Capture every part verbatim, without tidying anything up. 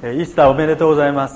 イースターおめでとうございます。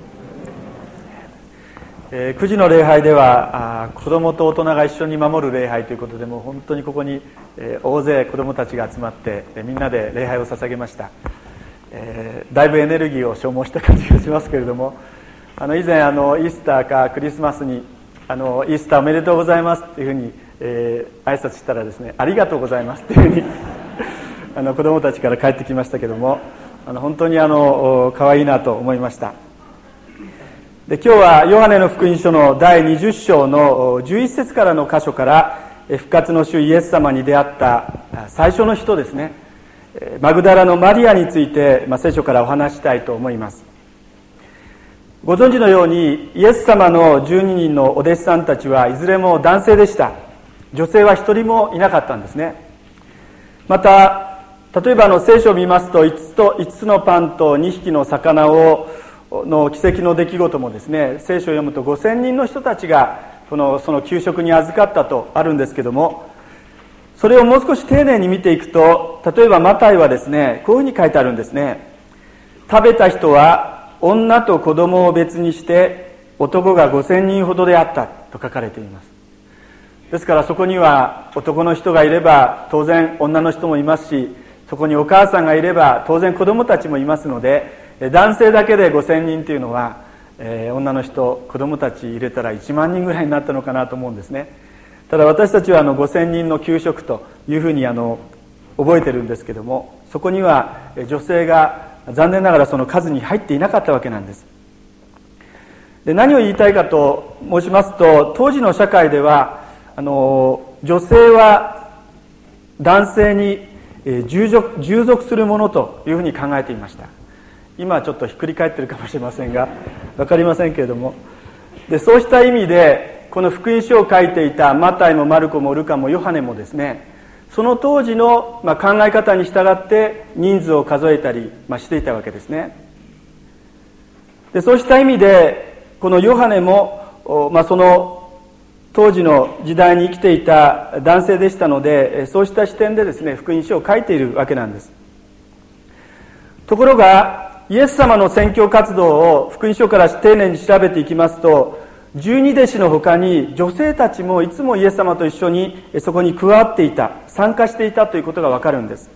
くじの礼拝では子どもと大人が一緒に守る礼拝ということで、もう本当にここに大勢子どもたちが集まってみんなで礼拝を捧げました。だいぶエネルギーを消耗した感じがしますけれども、あの以前あのイースターかクリスマスにあのイースターおめでとうございますっていうふうに、えー、挨拶したらですね、ありがとうございますっていうふうにあの子どもたちから帰ってきましたけども、あの本当にあの可愛いなと思いました。で今日はヨハネの福音書のだいにじゅっ章のじゅういち節からの箇所から復活の主イエス様に出会った最初の人ですね、マグダラのマリアについて、まあ、聖書からお話したいと思います。ご存知のようにイエス様のじゅうににんのお弟子さんたちはいずれも男性でした。女性は一人もいなかったんですね。また例えばあの聖書を見ますと、いつつといつつのパンとにひきの魚をの奇跡の出来事もですね、聖書を読むとごせんにんの人たちがこのその給食に預かったとあるんですけども、それをもう少し丁寧に見ていくと、例えばマタイはですね、こういうふうに書いてあるんですね。食べた人は女と子供を別にして男がごせんにんほどであったと書かれています。ですからそこには男の人がいれば当然女の人もいますし、そこにお母さんがいれば当然子供たちもいますので、男性だけでごせんにんというのは、えー、女の人子供たち入れたらいちまんにんぐらいになったのかなと思うんですね。ただ私たちはあのごせんにんの給食というふうにあの覚えてるんですけども、そこには女性が残念ながらその数に入っていなかったわけなんです。で何を言いたいかと申しますと、当時の社会ではあの女性は男性に従属、従属するものというふうに考えていました。今はちょっとひっくり返ってるかもしれませんが、分かりませんけれども、でそうした意味でこの福音書を書いていたマタイもマルコもルカもヨハネもですね、その当時の、まあ、考え方に従って人数を数えたり、まあ、していたわけですね。でそうした意味でこのヨハネも、まあ、その当時の時代に生きていた男性でしたので、そうした視点でですね福音書を書いているわけなんです。ところがイエス様の宣教活動を福音書から丁寧に調べていきますと、十二弟子の他に女性たちもいつもイエス様と一緒にそこに加わっていた、参加していたということがわかるんです。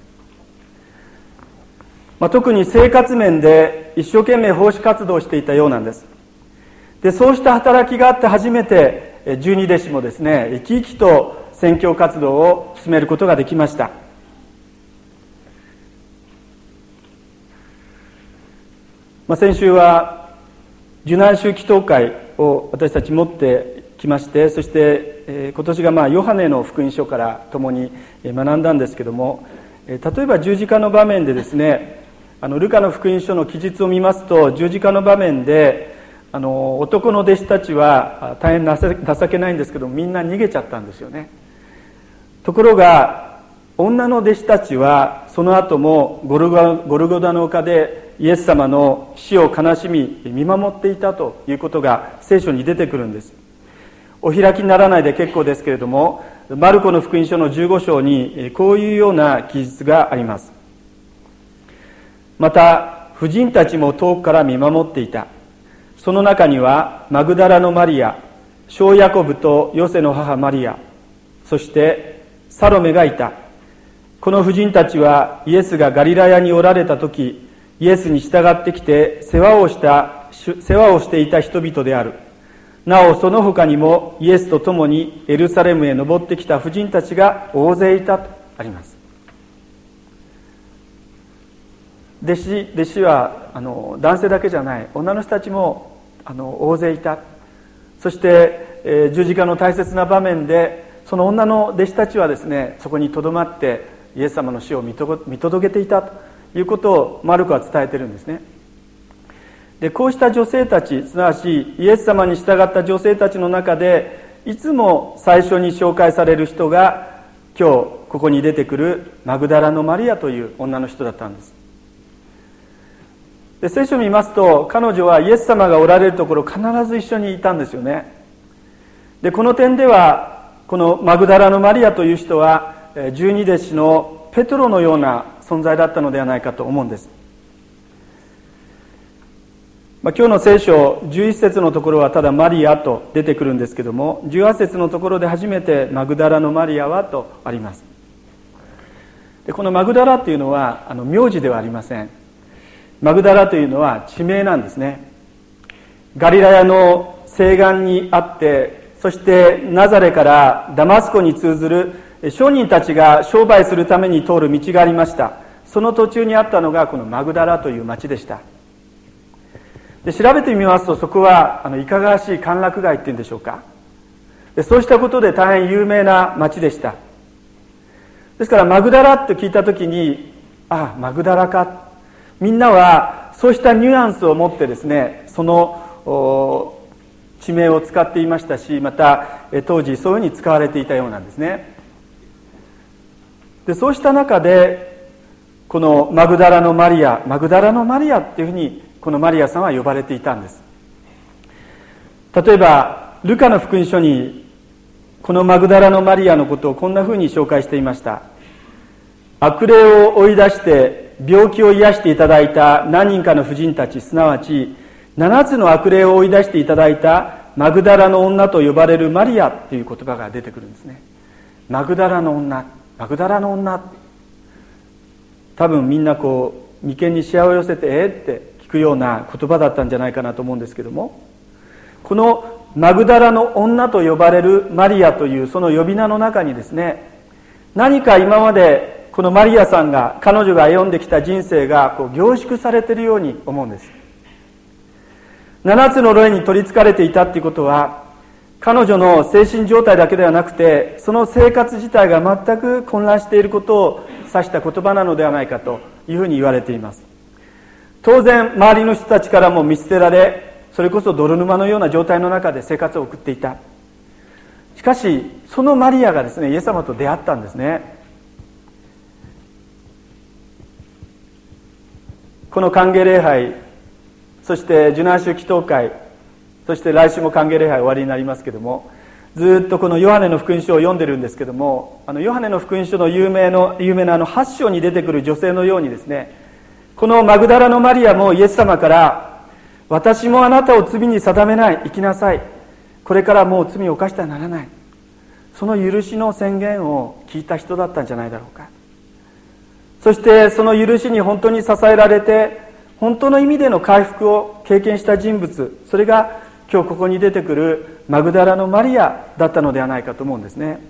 まあ、特に生活面で一生懸命奉仕活動をしていたようなんです。でそうした働きがあって初めて十二弟子もですね、生き生きと宣教活動を進めることができました。まあ、先週は受難宗祈祷会を私たち持ってきまして、そして、えー、今年がまあヨハネの福音書から共に学んだんですけども、えー、例えば十字架の場面でですね、あのルカの福音書の記述を見ますと、十字架の場面であの男の弟子たちは大変情けないんですけどみんな逃げちゃったんですよね。ところが女の弟子たちはその後もゴルゴ、ゴルゴダの丘でイエス様の死を悲しみ見守っていたということが聖書に出てくるんです。お開きにならないで結構ですけれども、マルコの福音書のじゅうご章にこういうような記述があります。また婦人たちも遠くから見守っていた。その中にはマグダラのマリア、小ヤコブとヨセの母マリア、そしてサロメがいた。この婦人たちはイエスがガリラヤにおられた時、イエスに従ってきて世話をした世話をしていた人々である。なおその他にもイエスと共にエルサレムへ登ってきた婦人たちが大勢いたとあります。弟子、弟子はあの男性だけじゃない、女の人たちもあの大勢いた。そして、えー、十字架の大切な場面でその女の弟子たちはですね、そこにとどまってイエス様の死を見と見届けていたということをマルコは伝えているんですね。でこうした女性たち、すなわちイエス様に従った女性たちの中でいつも最初に紹介される人が今日ここに出てくるマグダラのマリアという女の人だったんです。で聖書を見ますと、彼女はイエス様がおられるところ必ず一緒にいたんですよね。でこの点ではこのマグダラのマリアという人は十二弟子のペトロのような存在だったのではないかと思うんです。 まあ、今日の聖書じゅういち節のところはただマリアと出てくるんですけども、じゅうはち節のところで初めてマグダラのマリアはとあります。でこのマグダラというのはあの名字ではありません。マグダラというのは地名なんですね。ガリラヤの西岸にあって、そしてナザレからダマスコに通ずる商人たちが商売するために通る道がありました。その途中にあったのがこのマグダラという町でした。で調べてみますと、そこはあのいかがわしい歓楽街っていうんでしょうか。でそうしたことで大変有名な町でした。ですからマグダラと聞いたときに、ああマグダラか、みんなはそうしたニュアンスを持ってですね、その地名を使っていましたし、また当時そういうふうに使われていたようなんですね。でそうした中でこのマグダラのマリア、マグダラのマリアっていうふうにこのマリアさんは呼ばれていたんです。例えばルカの福音書にこのマグダラのマリアのことをこんなふうに紹介していました。悪霊を追い出して病気を癒していただいた何人かの婦人たち、すなわち七つの悪霊を追い出していただいたマグダラの女と呼ばれるマリアという言葉が出てくるんですね。マグダラの女、マグダラの女、多分みんなこう眉間にしわを寄せてえーって聞くような言葉だったんじゃないかなと思うんですけども、このマグダラの女と呼ばれるマリアというその呼び名の中にですね、何か今までこのマリアさんが、彼女が歩んできた人生がこう凝縮されているように思うんです。七つの霊に取りつかれていたっていうことは、彼女の精神状態だけではなくて、その生活自体が全く混乱していることを指した言葉なのではないかというふうに言われています。当然周りの人たちからも見捨てられ、それこそ泥沼のような状態の中で生活を送っていた。しかしそのマリアがですね、イエス様と出会ったんですね。この歓迎礼拝、そして受難週祈祷会、そして来週も歓迎礼拝終わりになりますけども、ずっとこのヨハネの福音書を読んでるんですけども、あのヨハネの福音書の有名の有名なあのはち章に出てくる女性のようにですね、このマグダラのマリアもイエス様から、私もあなたを罪に定めない、生きなさい、これからもう罪を犯してはならない、その許しの宣言を聞いた人だったんじゃないだろうか。そしてその許しに本当に支えられて、本当の意味での回復を経験した人物、それが今日ここに出てくるマグダラのマリアだったのではないかと思うんですね。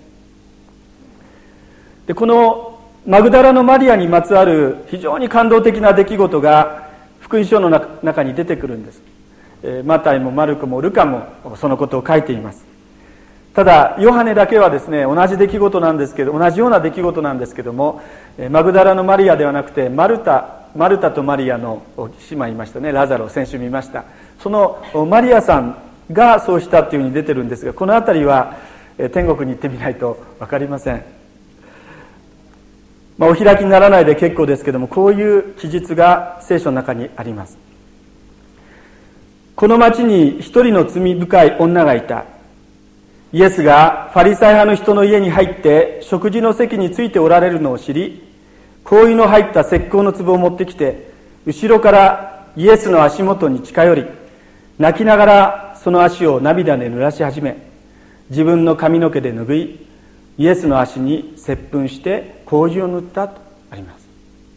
でこのマグダラのマリアにまつわる非常に感動的な出来事が福音書の中に出てくるんです。マタイもマルコもルカもそのことを書いています。ただヨハネだけはですね、同じ出来事なんですけど、同じような出来事なんですけども、マグダラのマリアではなくてマルタマルタとマリアの姉妹いましたね。ラザロ、先週見ました。そのマリアさんがそうしたというふうに出てるんですが、このあたりは天国に行ってみないと分かりません。まあ、お開きにならないで結構ですけども、こういう記述が聖書の中にあります。この町に一人の罪深い女がいた。イエスがファリサイ派の人の家に入って食事の席についておられるのを知り、香油の入った石膏の壺を持ってきて、後ろからイエスの足元に近寄り、泣きながらその足を涙で濡らし始め、自分の髪の毛で拭い、イエスの足に接吻して香油を塗ったとあります。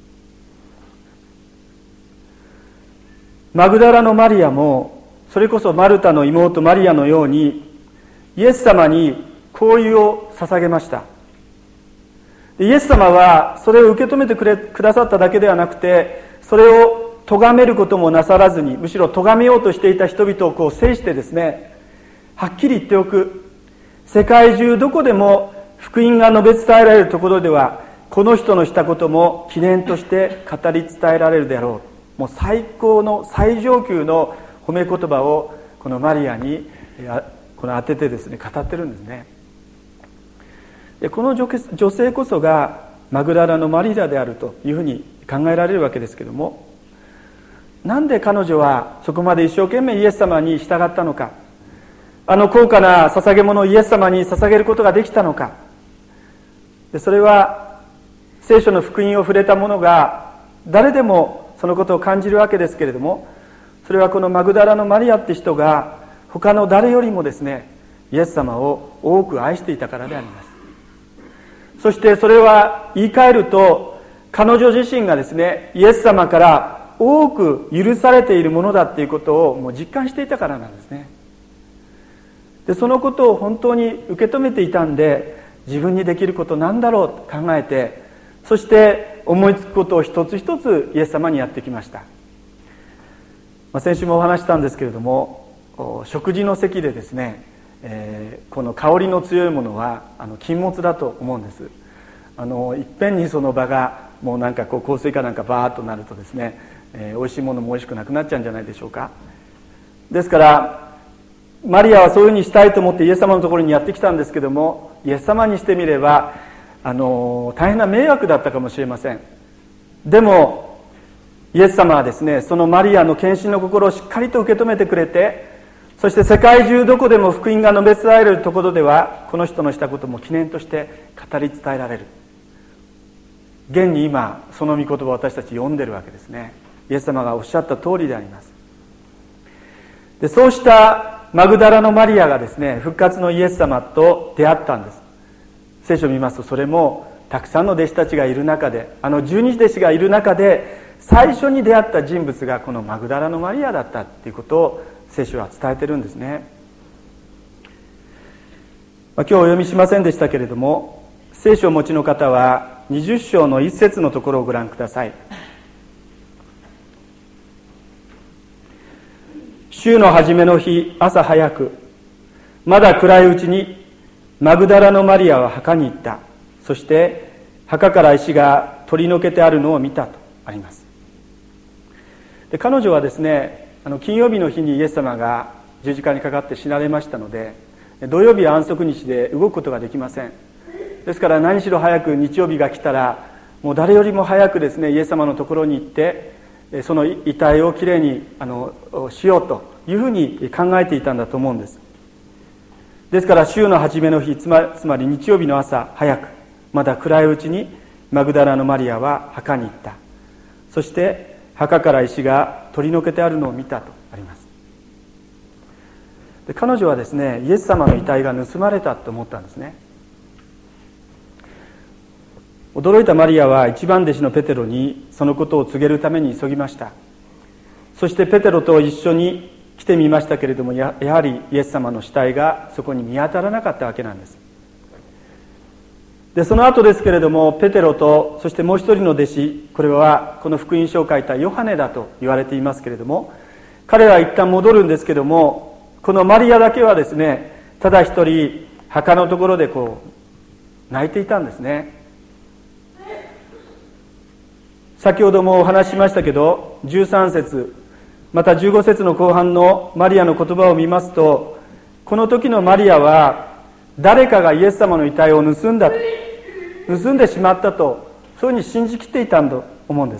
マグダラのマリアも、それこそマルタの妹マリアのようにイエス様に香油を捧げました。イエス様はそれを受け止めてくれくださっただけではなくて、それを咎めることもなさらずに、むしろ咎めようとしていた人々をこう制してですね、はっきり言っておく。世界中どこでも福音が述べ伝えられるところでは、この人のしたことも記念として語り伝えられるであろう。もう最高の最上級の褒め言葉をこのマリアにこの当ててですね、語ってるんですね。でこの女性こそがマグダラのマリアであるというふうに考えられるわけですけども、なんで彼女はそこまで一生懸命イエス様に従ったのか、あの高価な捧げ物をイエス様に捧げることができたのか。でそれは聖書の福音を触れた者が誰でもそのことを感じるわけですけれども、 それはこのマグダラのマリアって人が他の誰よりもですね、イエス様を多く愛していたからであります。そしてそれは言い換えると、彼女自身がですね、イエス様から多く許されているものだっていうことをもう実感していたからなんですね。でそのことを本当に受け止めていたんで、自分にできることなんだろうと考えて、そして思いつくことを一つ一つイエス様にやってきました。まあ、先週もお話したんですけれども、食事の席でですね、えー、この香りの強いものはあの禁物だと思うんです。あのいっぺんにその場がもうなんかこう香水かなんかバーッとなるとですね、えー、美味しいものも美味しくなくなっちゃうんじゃないでしょうか。ですからマリアはそういうふうにしたいと思ってイエス様のところにやってきたんですけども、イエス様にしてみればあの大変な迷惑だったかもしれません。でもイエス様はですね、そのマリアの献身の心をしっかりと受け止めてくれて、そして世界中どこでも福音が述べ伝えられるところでは、この人のしたことも記念として語り伝えられる。現に今その御言葉を私たち読んでるわけですね。イエス様がおっしゃった通りであります。でそうしたマグダラのマリアがですね、復活のイエス様と出会ったんです。聖書を見ますと、それもたくさんの弟子たちがいる中で、あの十二弟子がいる中で最初に出会った人物がこのマグダラのマリアだったということを聖書は伝えてるんですね。まあ、今日お読みしませんでしたけれども、聖書をお持ちの方はにじゅっ章の一節のところをご覧ください。週の初めの日、朝早く、まだ暗いうちにマグダラのマリアは墓に行った。そして墓から石が取り除けてあるのを見たとあります。で彼女はですね、あの金曜日の日にイエス様が十字架にかかって死なれましたので、土曜日は安息日で動くことができません。ですから何しろ早く日曜日が来たら、もう誰よりも早くですね、イエス様のところに行ってその遺体をきれいにあのしようというふうに考えていたんだと思うんです。ですから週の初めの日、つま、つまり日曜日の朝早く、まだ暗いうちにマグダラのマリアは墓に行った。そして墓から石が取り除けてあるのを見たとあります。で彼女はですね、イエス様の遺体が盗まれたと思ったんですね。驚いたマリアは一番弟子のペテロにそのことを告げるために急ぎました。そしてペテロと一緒に来てみましたけれども、やはりイエス様の死体がそこに見当たらなかったわけなんです。でその後ですけれども、ペテロとそしてもう一人の弟子、これはこの福音書を書いたヨハネだと言われていますけれども、彼らは一旦戻るんですけども、このマリアだけはですね、ただ一人墓のところでこう泣いていたんですね。先ほどもお話ししましたけど、じゅうさん節またじゅうご節の後半のマリアの言葉を見ますと、この時のマリアは誰かがイエス様の遺体を盗んだと、盗んでしまったと、そういうふうに信じきっていたんだと思うんです。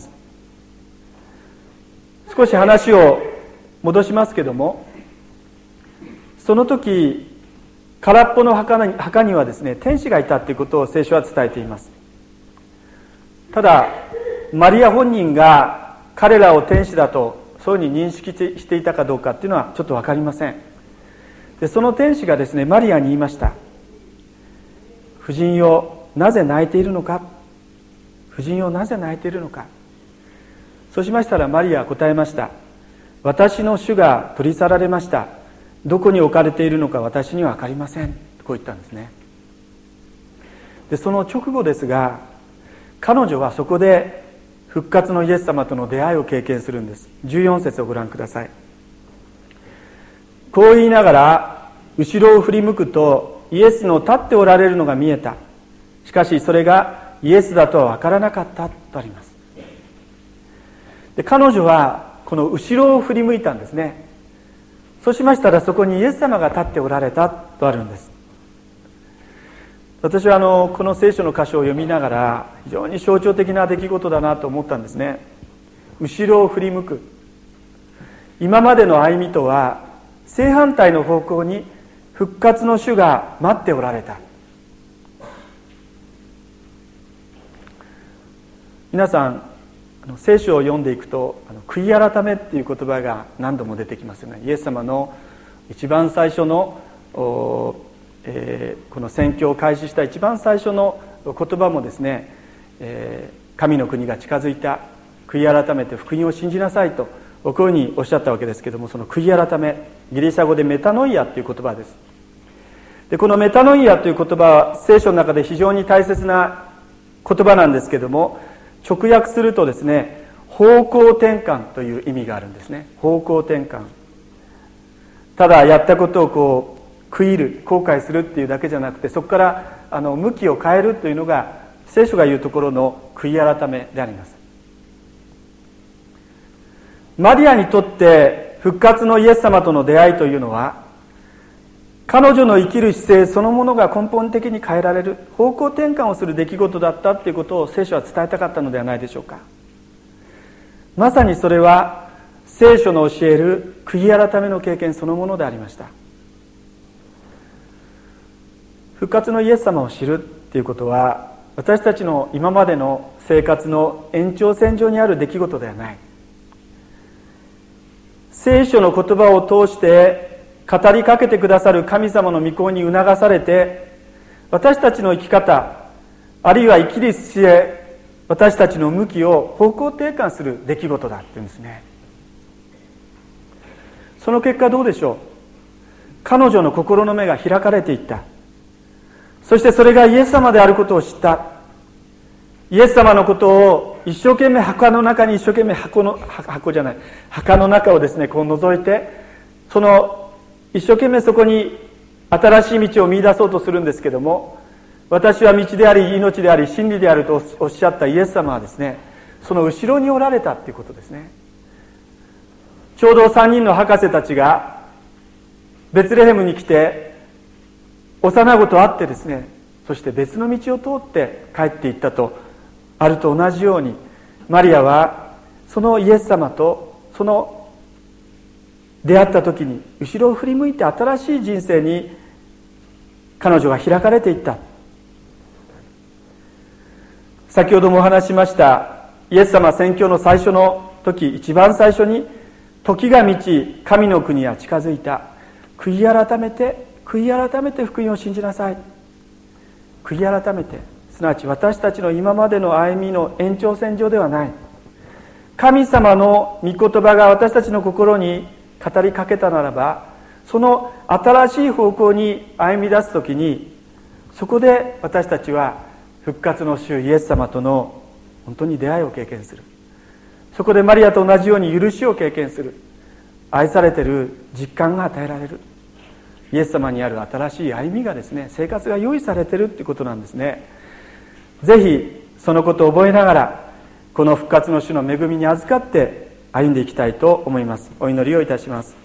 少し話を戻しますけども、その時空っぽの墓に、墓にはですね、天使がいたということを聖書は伝えています。ただマリア本人が彼らを天使だとそういうふうに認識していたかどうかっていうのはちょっと分かりません。でその天使がですね、マリアに言いました。夫人よ、なぜ泣いているのか。夫人よ、なぜ泣いているのか。そうしましたらマリアは答えました。私の主が取り去られました。どこに置かれているのか私には分かりません。こう言ったんですね。でその直後ですが、彼女はそこで復活のイエス様との出会いを経験するんです。じゅうよん節をご覧ください。こう言いながら後ろを振り向くと、イエスの立っておられるのが見えた。しかしそれがイエスだとは分からなかったとあります。で彼女はこの後ろを振り向いたんですね。そうしましたらそこにイエス様が立っておられたとあるんです。私はあのこの聖書の箇所を読みながら、非常に象徴的な出来事だなと思ったんですね。後ろを振り向く。今までの歩みとは正反対の方向に復活の主が待っておられた。皆さん、 聖書を読んでいくと悔い改めっていう言葉が何度も出てきますよね。イエス様の一番最初の、えー、この宣教を開始した一番最初の言葉もですね、えー、神の国が近づいた、悔い改めて福音を信じなさいとこういうふうにおっしゃったわけですけども、その悔い改め、ギリシャ語でメタノイアという言葉です。でこのメタノイアという言葉は聖書の中で非常に大切な言葉なんですけども、直訳するとですね、方向転換という意味があるんですね。方向転換、ただやったことをこう悔いる、後悔するっていうだけじゃなくて、そこからあの向きを変えるというのが聖書が言うところの悔い改めであります。マリアにとって復活のイエス様との出会いというのは、彼女の生きる姿勢そのものが根本的に変えられる、方向転換をする出来事だったということを聖書は伝えたかったのではないでしょうか。まさにそれは聖書の教える悔い改めの経験そのものでありました。復活のイエス様を知るということは、私たちの今までの生活の延長線上にある出来事ではない。聖書の言葉を通して語りかけてくださる神様の御子に促されて、私たちの生き方、あるいは生きる姿勢、私たちの向きを方向転換する出来事だっていうんですね。その結果どうでしょう。彼女の心の目が開かれていった。そしてそれがイエス様であることを知った。イエス様のことを一生懸命墓の中に一生懸命箱の箱じゃない墓の中をですねこう覗いて、その一生懸命そこに新しい道を見出そうとするんですけども、私は道であり命であり真理であるとおっしゃったイエス様はですね、その後ろにおられたということですね。ちょうどさんにんの博士たちがベツレヘムに来て幼子と会ってですね、そして別の道を通って帰っていったとあると同じように、マリアはそのイエス様とその出会った時に後ろを振り向いて新しい人生に彼女が開かれていった。先ほどもお話しましたイエス様宣教の最初の時、一番最初に時が満ち神の国は近づいた、悔い改めて悔い改めて福音を信じなさい。悔い改めて、すなわち私たちの今までの歩みの延長線上ではない、神様の御言葉が私たちの心に語りかけたならば、その新しい方向に歩み出すときに、そこで私たちは復活の主イエス様との本当に出会いを経験する。そこでマリアと同じように許しを経験する、愛されている実感が与えられる。イエス様にある新しい歩みがですね、生活が用意されているということなんですね。ぜひそのことを覚えながら、この復活の主の恵みに預かって歩んでいきたいと思います。お祈りをいたします。